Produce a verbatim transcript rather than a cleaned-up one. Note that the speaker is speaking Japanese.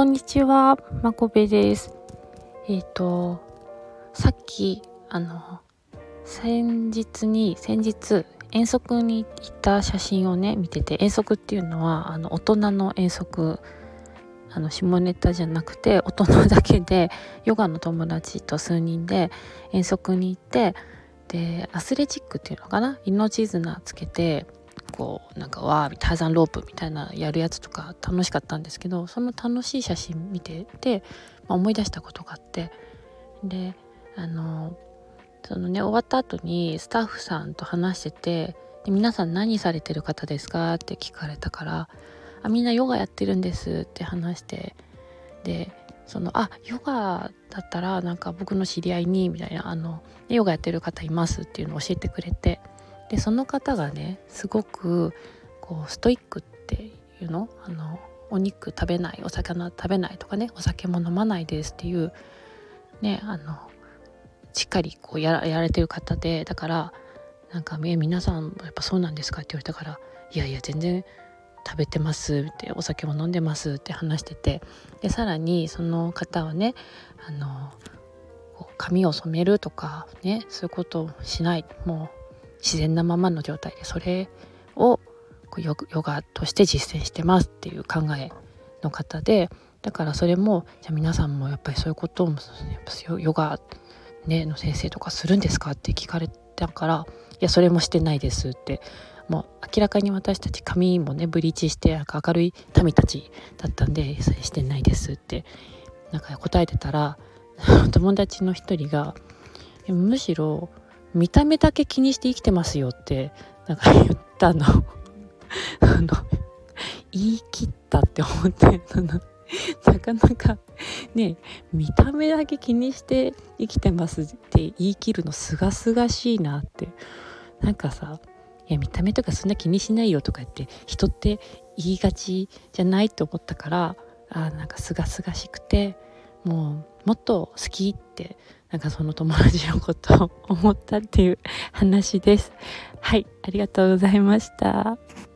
こんにちは、まこべです。えっ、とさっきあの先日に先日遠足に行った写真をね見てて、遠足っていうのはあの大人の遠足、あの下ネタじゃなくて大人だけでヨガの友達と数人で遠足に行って、でアスレチックっていうのかな、命綱つけてこうなんかわーターザンロープみたいなやるやつとか楽しかったんですけど、その楽しい写真見てて、まあ、思い出したことがあって、であのそのね終わった後にスタッフさんと話してて、で皆さん何されてる方ですかって聞かれたから、あみんなヨガやってるんですって話して、でそのあヨガだったらなんか僕の知り合いにみたいな、あのヨガやってる方いますっていうのを教えてくれて、でその方がねすごくこうストイックっていうの、あのお肉食べない、お魚食べないとかね、お酒も飲まないですっていうね、あのしっかりこうやら、やられてる方で、だからなんかえ皆さんやっぱそうなんですかって言われたから、いやいや全然食べてますって、お酒も飲んでますって話してて、でさらにその方はね、あのこう髪を染めるとかね、そういうことをしない、もう自然なままの状態でそれをこうヨガとして実践してますっていう考えの方で、だからそれもじゃあ皆さんもやっぱりそういうことをやっぱヨガ、ね、の先生とかするんですかって聞かれたから、いやそれもしてないですって、もう明らかに私たち髪もねブリーチしてなんか明るい民たちだったんで、それしてないですってなんか答えてたら、友達の一人がむしろ見た目だけ気にして生きてますよってなんか言ったのあの言い切ったって思ってなかなかね、見た目だけ気にして生きてますって言い切るのすがすがしいなって、なんかさ、いや見た目とかそんな気にしないよとか言って人って言いがちじゃないと思ったから、あなんかすがすがしくて、もうもっと好きってなんかその友達のことを思ったっていう話です。はい、ありがとうございました。